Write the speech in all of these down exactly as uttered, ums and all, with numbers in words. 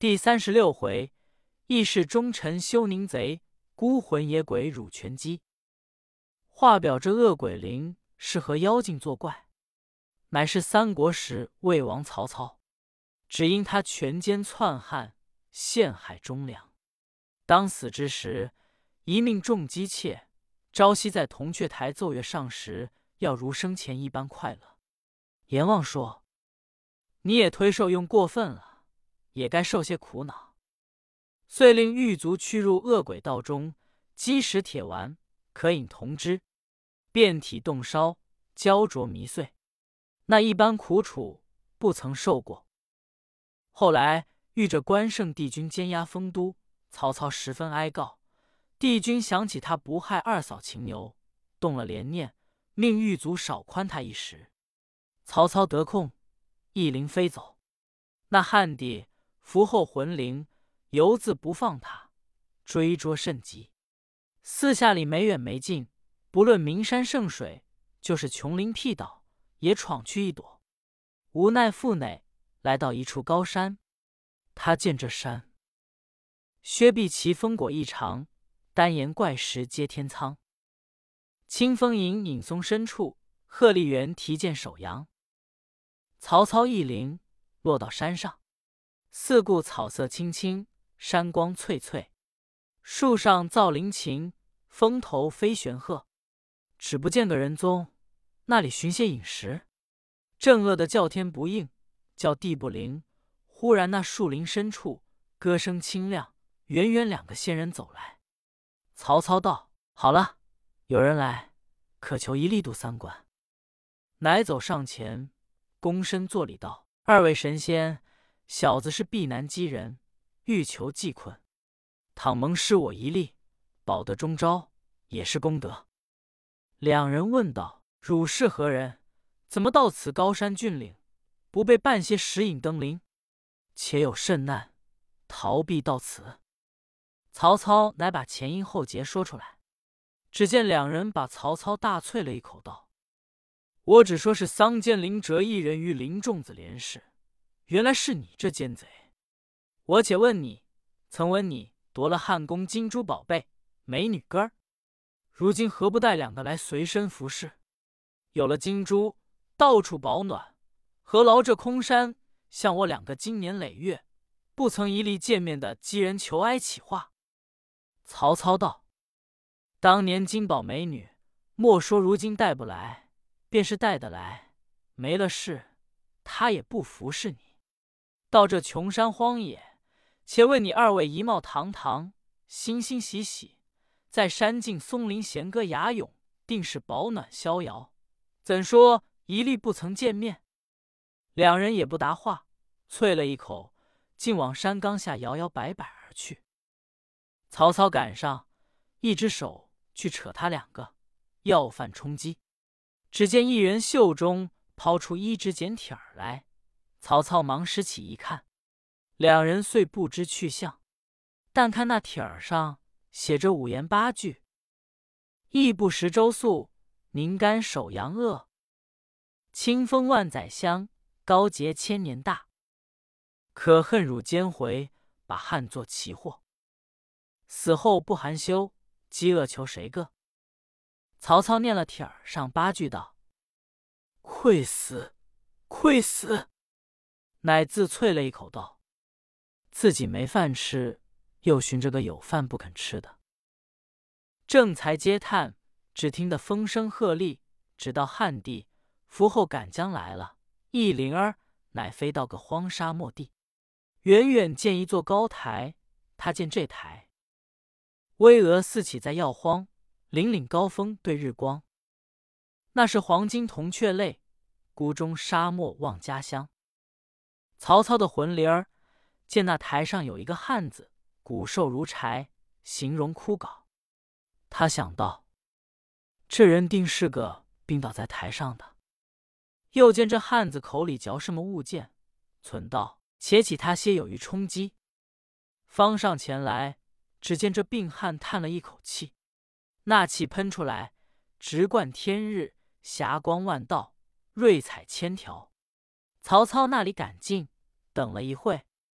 第三十六回，义士忠臣休宁贼，孤魂野鬼辱权机。话表这恶鬼灵是和妖精作怪，乃是三国时魏王曹操，只因他权奸篡汉，陷害忠良，当死之时，一命中姬妾，朝夕在铜雀台奏乐上时，要如生前一般快乐。阎王说：“你也忒受用过分了，也该受些苦恼。”遂令狱卒驱入恶鬼道中，击石铁丸，可饮同汁，遍体冻烧，焦灼迷碎。那一般苦楚，不曾受过。后来遇着关圣帝君监押丰都，曹操十分哀告。帝君想起他不害二嫂秦牛，动了怜念，命狱卒少宽他一时。曹操得空，一灵飞走。那汉帝伏后魂灵，犹自不放他，追捉甚急。四下里没远没近，不论名山胜水，就是琼林僻岛，也闯去一躲。无奈腹内来到一处高山，他见这山，薛壁奇峰果异常，丹岩怪石接天苍。清风隐隐松深处，鹤立猿啼见首阳。曹操一灵落到山上，四顾草色青青，山光翠翠，树上噪铃琴，峰头飞玄鹤，只不见个人踪。那里寻些饮食，正饿得叫天不应，叫地不灵。忽然那树林深处，歌声清亮，远远两个仙人走来。曹操道：“好了，有人来，可求一力渡三关。”乃走上前，躬身作礼道：“二位神仙，小子是避难机人，欲求济困，倘蒙施我一力，保得终朝，也是功德。”两人问道：“汝是何人？怎么到此高山峻岭，不备半些食饮登临？且有甚难，逃避到此？”曹操乃把前因后结说出来。只见两人把曹操大啐了一口，道：“我只说是桑间林折一人与林仲子连氏，原来是你这奸贼！我且问你，曾闻你夺了汉宫金珠宝贝、美女根儿，如今何不带两个来随身服侍？有了金珠，到处保暖，何劳这空山向我两个经年累月，不曾一力见面的击人求哀起话？”曹操道：“当年金宝美女，莫说如今带不来，便是带得来，没了事，他也不服侍你。到这穷山荒野，且问你二位仪貌堂堂，欣欣喜喜，在山径松林弦歌雅咏，定是保暖逍遥，怎说一力不曾见面？”两人也不答话，啐了一口，竟往山冈下摇摇摆摆而去。曹操赶上，一只手去扯他两个，要犯冲击。只见一人袖中抛出一只剪帖儿来，曹操忙拾起一看，两人遂不知去向。但看那帖儿上写着五言八句：“义不食周粟，宁甘守阳恶。清风万载香，高洁千年大。可恨汝奸回，把汉作奇祸。死后不含羞，饥饿求谁个？”曹操念了帖儿上八句道：“愧死，愧死！”乃自啐了一口道：“自己没饭吃，又寻着个有饭不肯吃的。”正才嗟叹，只听得风声鹤唳，直到汉帝伏后赶将来了，一灵儿乃飞到个荒沙漠地。远远见一座高台，他见这台巍峨四起在耀荒，岭岭高峰对日光。那是黄金铜雀泪，谷中沙漠望家乡。曹操的魂灵儿见那台上有一个汉子，骨瘦如柴，形容枯槁。他想到，这人定是个病倒在台上的。又见这汉子口里嚼什么物件，忖道：“且起他些有余充饥。”方上前来，只见这病汉叹了一口气，那气喷出来，直贯天日，霞光万道，瑞彩千条。曹操那里敢进，等了一会，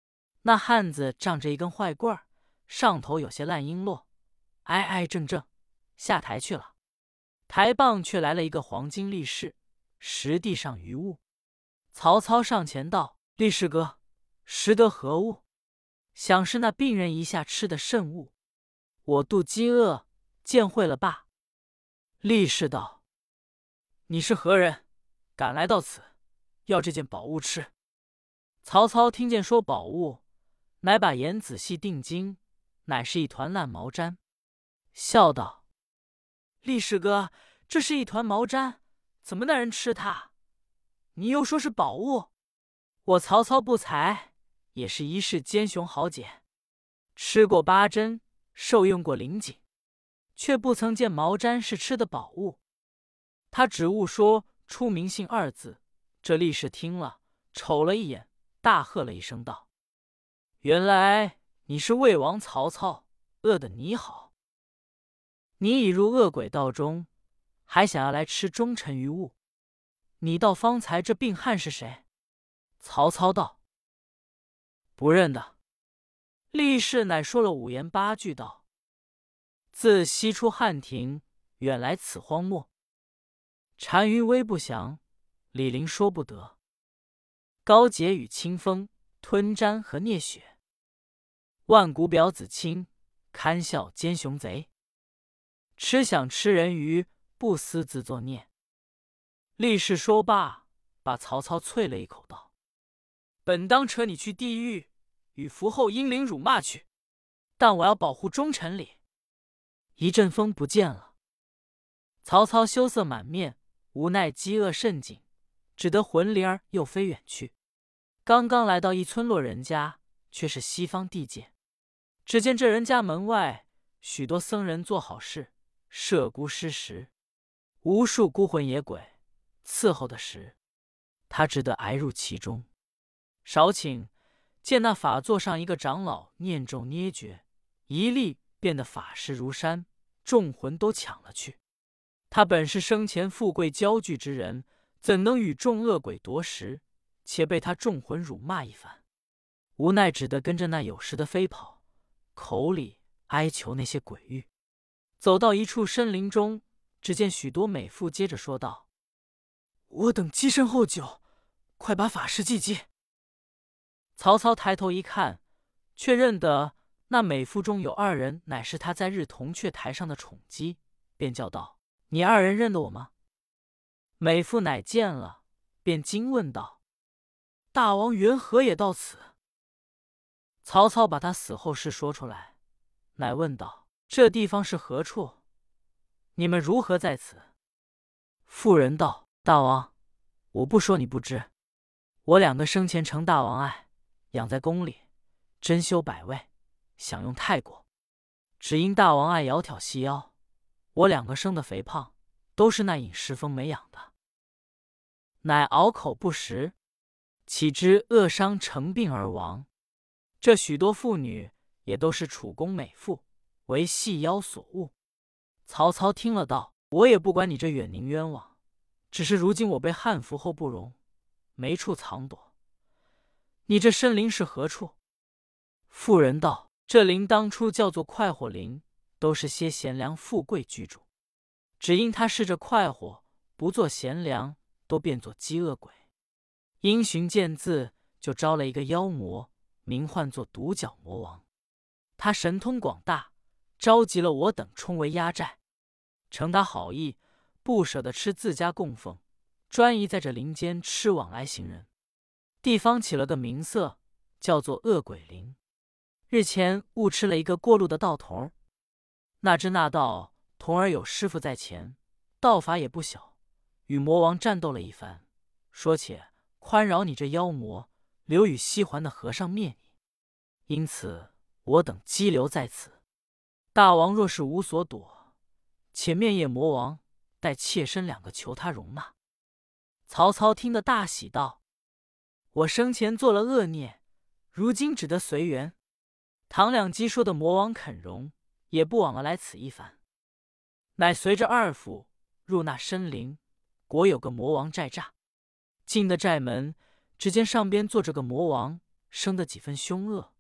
那汉子仗着一根坏棍儿，上头有些烂璎珞，挨挨正正下台去了。台傍却来了一个黄金力士，拾地上余物。曹操上前道：“力士哥，拾得何物？”想是那病人一下吃的甚物，我肚饥饿，见会了罢。力士道：“你是何人？敢来到此，要这件宝物吃？”曹操听见说宝物，乃把眼仔细定睛，乃是一团烂毛毡，笑道：“力士哥，这是一团毛毡，怎么那人吃它？你又说是宝物。我曹操不才，也是一世奸雄豪杰，吃过八珍，受用过灵井，却不曾见毛毡是吃的宝物。”他只误说出名姓二字，这力士听了，瞅了一眼，大喝了一声道：“原来你是魏王曹操，饿得你好！你已入恶鬼道中，还想要来吃忠臣余物？你道方才这病汉是谁？”曹操道：“不认得。”力士乃说了五言八句道：“自西出汉庭，远来此荒漠。单于微不详，李陵说不得。高洁与清风，吞毡和啮血。万古表子卿，堪笑奸雄贼。吃想吃人鱼，不思自作孽。”力士说罢，把曹操啐了一口道：“本当扯你去地狱，与伏后英灵辱骂去，但我要保护忠臣里。”一阵风不见了。曹操羞涩满面，无奈饥饿甚紧，只得魂灵儿又飞远去。刚刚来到一村落人家，却是西方地界。只见这人家门外许多僧人做好事，设孤施食，无数孤魂野鬼伺候的时，他只得挨入其中。少顷，见那法座上一个长老念咒捏诀，一力变得法势如山，众魂都抢了去。他本是生前富贵骄巨之人，怎能与众恶鬼夺食？且被他众魂辱骂一番，无奈只得跟着那有时的飞跑，口里哀求那些鬼域。走到一处深林中，只见许多美妇接着说道：“我等鸡身后久，快把法事祭祭。”曹操抬头一看，却认得那美妇中有二人乃是他在日铜雀台上的宠姬，便叫道：“你二人认得我吗？”美妇乃见了，便惊问道：“大王缘何也到此？”曹操把他死后事说出来，乃问道：“这地方是何处？你们如何在此？”妇人道：“大王，我不说你不知，我两个生前承大王爱，养在宫里，珍馐百味，享用泰国。只因大王爱窈窕细腰，我两个生的肥胖，都是那饮食风美养的。乃拗口不食，岂知饿伤成病而亡。这许多妇女也都是楚宫美妇，为细腰所误。”曹操听了道：“我也不管你这远宁冤枉，只是如今我被汉服后不容，没处藏躲。你这深林是何处？”妇人道：“这林当初叫做快活林，都是些贤良富贵居住。只因他试着快活，不做贤良，都变作饥饿鬼。因循见字，就招了一个妖魔，名唤作独角魔王。他神通广大，召集了我等充为压寨。承他好意，不舍得吃自家供奉，专一在这林间吃往来行人。地方起了个名色，叫做恶鬼林。日前误吃了一个过路的道童，那知那道童儿有师傅在前，道法也不小，与魔王战斗了一番，说且宽饶你这妖魔，留与西环的和尚灭你。因此我等羁留在此。大王若是无所躲，且面谒魔王，待妾身两个求他容纳。”曹操听得大喜道：“我生前做了恶孽，如今只得随缘。唐两鸡说的魔王肯容，也不枉了来此一番。”乃随着二府入那深林，果有个魔王寨栅。进的寨门，只见上边坐着个魔王，生得几分凶恶，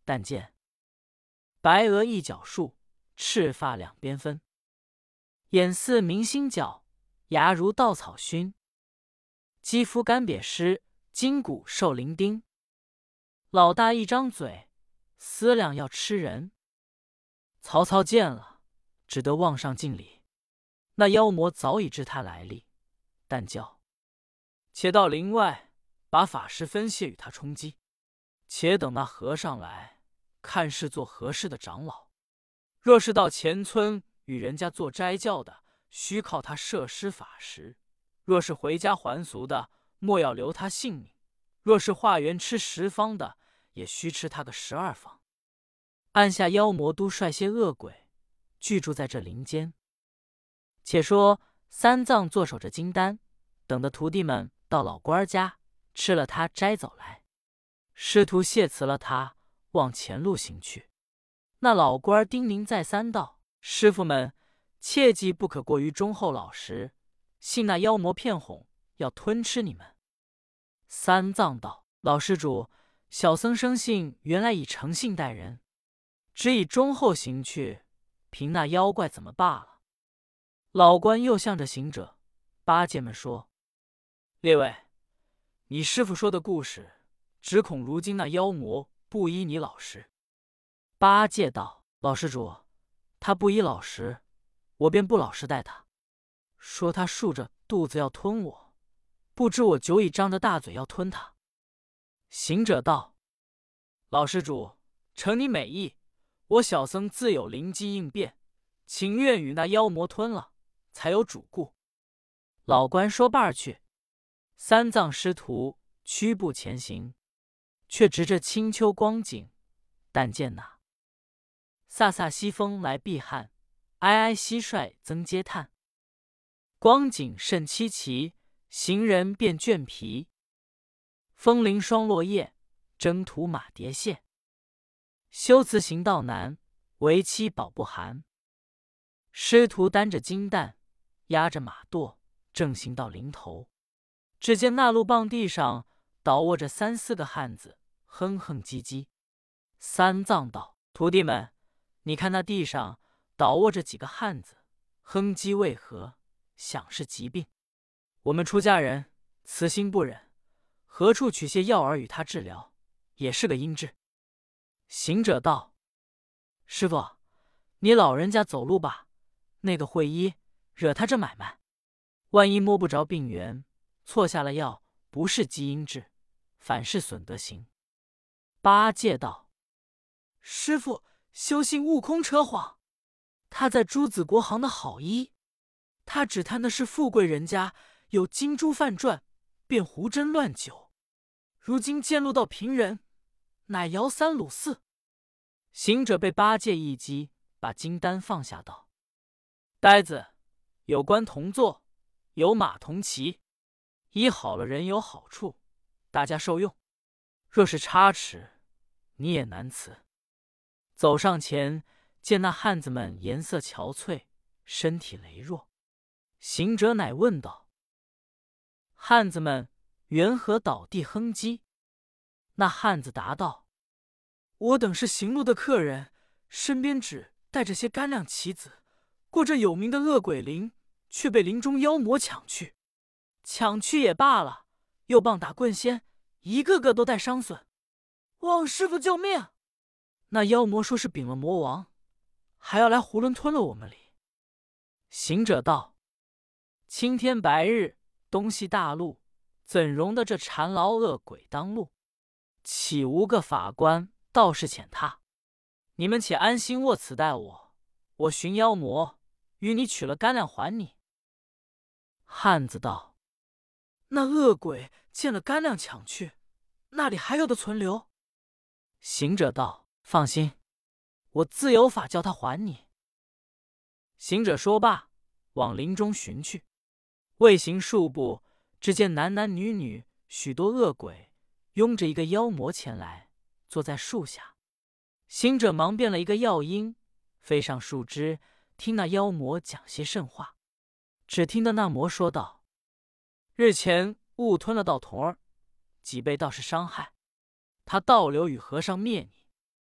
但见白额一角竖，赤发两边分，眼似明星角，牙如稻草熏，肌肤干瘪湿，筋骨受鳞钉。老大一张嘴，思量要吃人。曹操见了，只得望上敬礼。那妖魔早已知他来历，但叫且到林外，把法师分谢与他充饥。且等那和尚来，看是做何事的长老。若是到前村与人家做斋教的，须靠他设施法食；若是回家还俗的，莫要留他性命；若是化缘吃十方的，也须吃他个十二方。按下妖魔都率些恶鬼居住在这林间。且说三藏坐守着金丹，等的徒弟们到老官家吃了他斋走来。师徒谢辞了他，往前路行去。那老官叮咛再三道：师傅们切记不可过于忠厚老实，信那妖魔骗哄，要吞吃你们。三藏道：老施主，小僧生性原来以诚信待人，只以忠厚行去，凭那妖怪怎么罢了。老官又向着行者八戒们说：列位，你师傅说的故事，只恐如今那妖魔不依你老实。八戒道：老施主，他不依老实，我便不老实待他。说他竖着肚子要吞我，不知我久已张着大嘴要吞他。行者道：老施主，承你美意，我小僧自有灵机应变，情愿与那妖魔吞了，才有主顾。老官说罢去，三藏师徒屈步前行，却值着清秋光景。但见那飒飒西风来避旱，哀哀蟋蟀增嗟叹。光景甚凄奇，行人便倦疲。风铃霜落叶，征途马迭谢。修辞行道难，为期保不寒。师徒担着金担，压着马垛，正行到林头。只见那路傍地上倒卧着三四个汉子，哼哼唧唧。三藏道：徒弟们，你看那地上倒卧着几个汉子，哼唧为何？想是疾病。我们出家人慈心不忍，何处取些药饵与他治疗，也是个因治。行者道：师傅，你老人家走路吧，那个会医，惹他这买卖，万一摸不着病源，错下了药，不是积阴治，反是损德行。八戒道：师傅修行悟空扯谎，他在朱子国行的好医，他只贪的是富贵人家有金珠饭馔，便胡针乱酒。如今见路到贫人，乃摇三鲁四。行者被八戒一击，把金丹放下道：呆子，有官同坐，有马同骑，医好了人有好处，大家受用。若是差池，你也难辞。走上前，见那汉子们颜色憔悴，身体羸弱。行者乃问道：汉子们缘何倒地哼唧？那汉子答道：我等是行路的客人，身边只带着些干粮棋子，过这有名的恶鬼林，却被林中妖魔抢去。抢去也罢了，又棒打棍仙，一个个都带伤损，望师傅救命！那妖魔说是禀了魔王，还要来囫囵吞了我们里。行者道：青天白日，东西大路，怎容得这缠牢恶鬼当路？岂无个法官道士遣他？你们且安心卧此待我，我寻妖魔，与你取了干粮还你。汉子道：那恶鬼见了干粮抢去，那里还有的存留？行者道：放心，我自有法叫他还你。行者说罢，往林中寻去。未行数步，只见男男女女许多恶鬼拥着一个妖魔前来，坐在树下。行者忙变了一个药缨，飞上树枝，听那妖魔讲些甚话。只听得那魔说道：日前误吞了道童儿，脊背倒是伤害，他倒流与和尚灭你。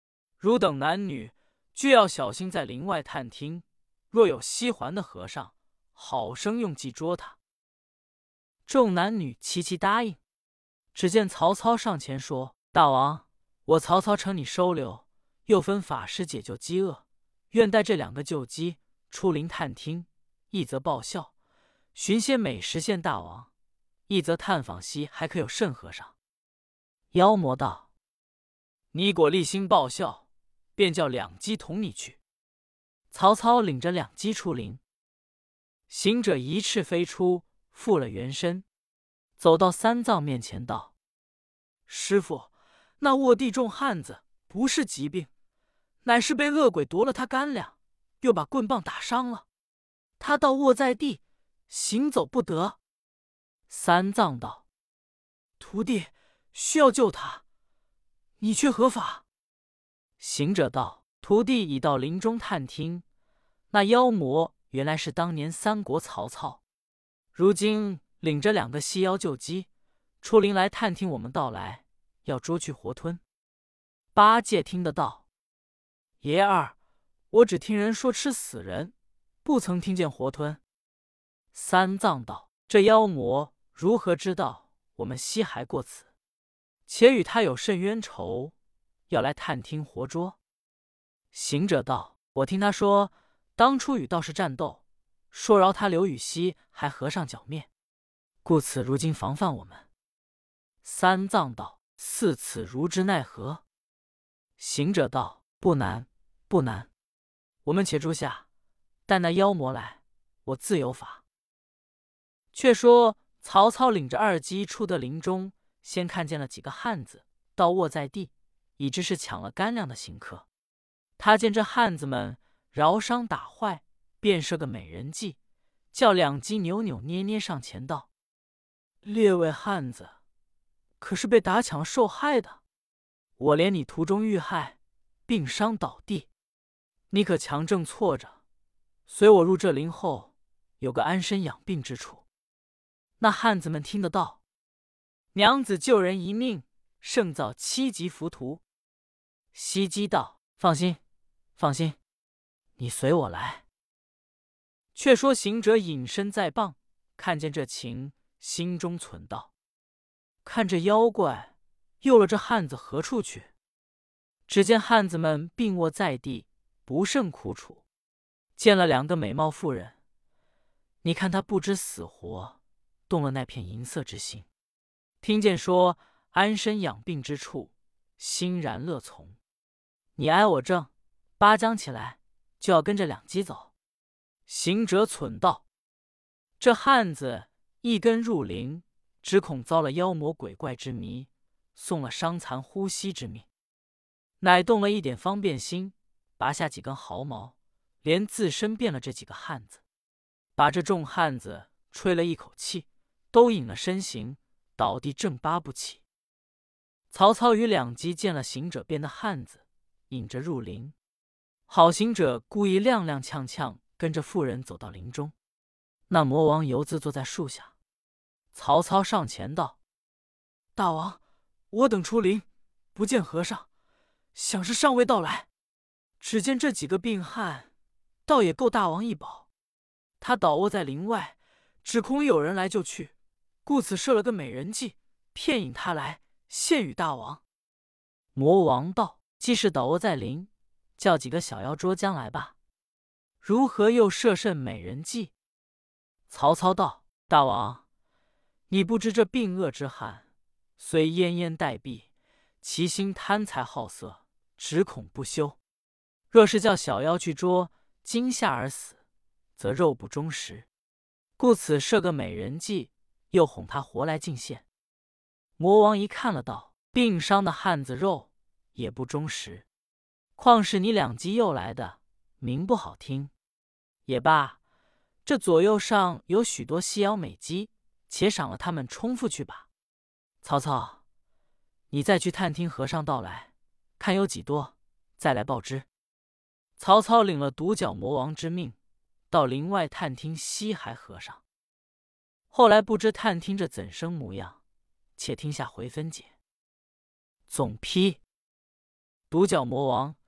汝等男女俱要小心，在林外探听，若有西环的和尚，好生用计捉他。”众男女齐齐答应。只见曹操上前说：“大王，我曹操承你收留，又分法师解救饥饿，愿带这两个救鸡出林探听，一则报效，寻些美食献大王；一则探访西还可有甚和尚。”妖魔道：“你果立心报效，便叫两鸡同你去。”曹操领着两鸡出林，行者一翅飞出，复了原身，走到三藏面前道：“师父，那卧地众汉子不是疾病，乃是被恶鬼夺了他干粮，又把棍棒打伤了。他倒卧在地，行走不得。”三藏道：“徒弟需要救他，你却何法？”行者道：“徒弟已到林中探听，那妖魔原来是当年三国曹操，如今领着两个西妖救鸡，出林来探听我们到来，要捉去活吞。”八戒听得道：“爷儿，我只听人说吃死人，不曾听见活吞。”三藏道：“这妖魔如何知道我们西还过此？且与他有甚冤仇，要来探听活捉？”行者道：“我听他说，当初与道士战斗，说饶他刘禹锡还和尚剿灭，故此如今防范我们。”三藏道：“似此如之奈何？”行者道：“不难，不难。我们且住下，待那妖魔来，我自有法。”却说曹操领着二鸡出得林中，先看见了几个汉子倒卧在地，已知是抢了干粮的行客。他见这汉子们饶伤打坏，便设个美人计，叫两鸡扭扭捏捏上前道：“列位汉子，可是被打抢受害的？我怜你途中遇害，病伤倒地，你可强正错着，随我入这林后，有个安身养病之处。”那汉子们听得道：“娘子救人一命，胜造七级浮屠。”西鸡道：“放心，放心，你随我来。”却说行者隐身在傍，看见这情，心中忖道：“看这妖怪诱了这汉子何处去？”只见汉子们病卧在地，不胜苦楚。见了两个美貌妇人，你看他不知死活，动了那片淫色之心。听见说安身养病之处，欣然乐从。你挨我正，八将起来，就要跟着两鸡走。行者忖道：“这汉子一跟入林，只恐遭了妖魔鬼怪之迷，送了伤残呼吸之命。”乃动了一点方便心，拔下几根毫毛，连自身变了这几个汉子，把这众汉子吹了一口气，都隐了身形，倒地正扒不起。曹操与两鸡见了行者变的汉子，引着入林。好行者故意踉踉跄跄，跟着妇人走到林中。那魔王犹自坐在树下。曹操上前道：“大王，我等出林，不见和尚，想是尚未到来。只见这几个病汉，倒也够大王一保。他倒卧在林外，只恐有人来就去，故此设了个美人计，骗引他来，献与大王。”魔王道：“既是倒卧在林，叫几个小妖捉将来吧。如何又设甚美人计？”曹操道：“大王，你不知这病恶之汉，虽奄奄待毙，其心贪财好色，只恐不休。若是叫小妖去捉，惊吓而死，则肉不中食。故此设个美人计，又哄他活来进献。”魔王一看了道：“病伤的汉子肉也不中食，况是你两鸡诱来的，名不好听。也罢，这左右上有许多细腰美鸡，且赏了他们冲赴去吧。曹操，你再去探听和尚到来，看有几多，再来报之。”曹操领了独角魔王之命，到林外探听西海和尚。后来不知探听着怎生模样，且听下回分解。总批：独角魔王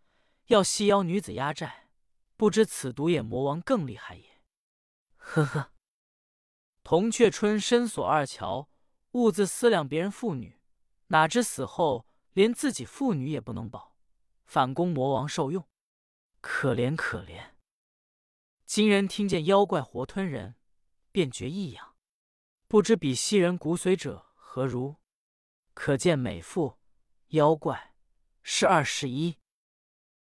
要西妖女子压寨，不知此独眼魔王更厉害也。呵呵。铜雀春深锁二乔，兀自思量别人妇女，哪知死后连自己妇女也不能保，反供魔王受用，可怜可怜。今人听见妖怪活吞人，便觉异样，不知彼吸人骨髓者何如？可见美妇、妖怪是二是一。